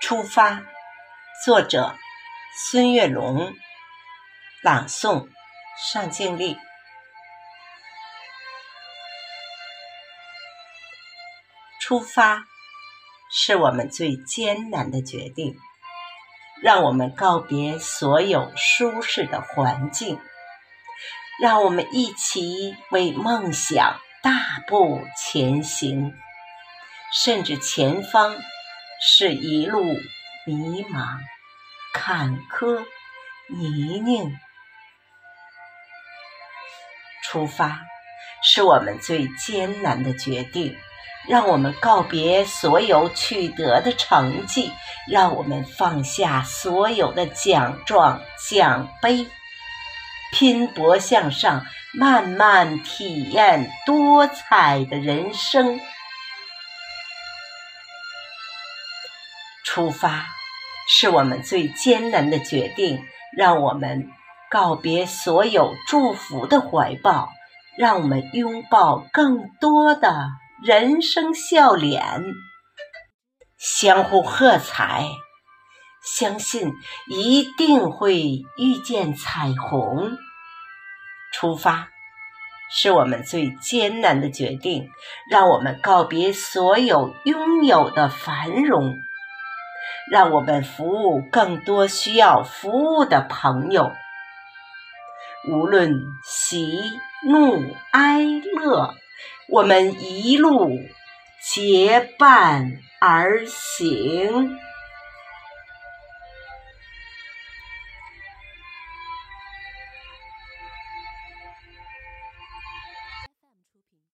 出发，作者孙月龙，朗诵尚静丽。出发是我们最艰难的决定，让我们告别所有舒适的环境，让我们一起为梦想大步前行，甚至前方是一路迷茫、坎坷、泥泞。出发是我们最艰难的决定，让我们告别所有取得的成绩，让我们放下所有的奖状、奖杯，拼搏向上，慢慢体验多彩的人生。出发是我们最艰难的决定，让我们告别所有祝福的怀抱，让我们拥抱更多的人生笑脸，相互喝彩，相信一定会遇见彩虹。出发是我们最艰难的决定，让我们告别所有拥有的繁荣，让我们服务更多需要服务的朋友。无论喜怒哀乐，我们一路结伴而行。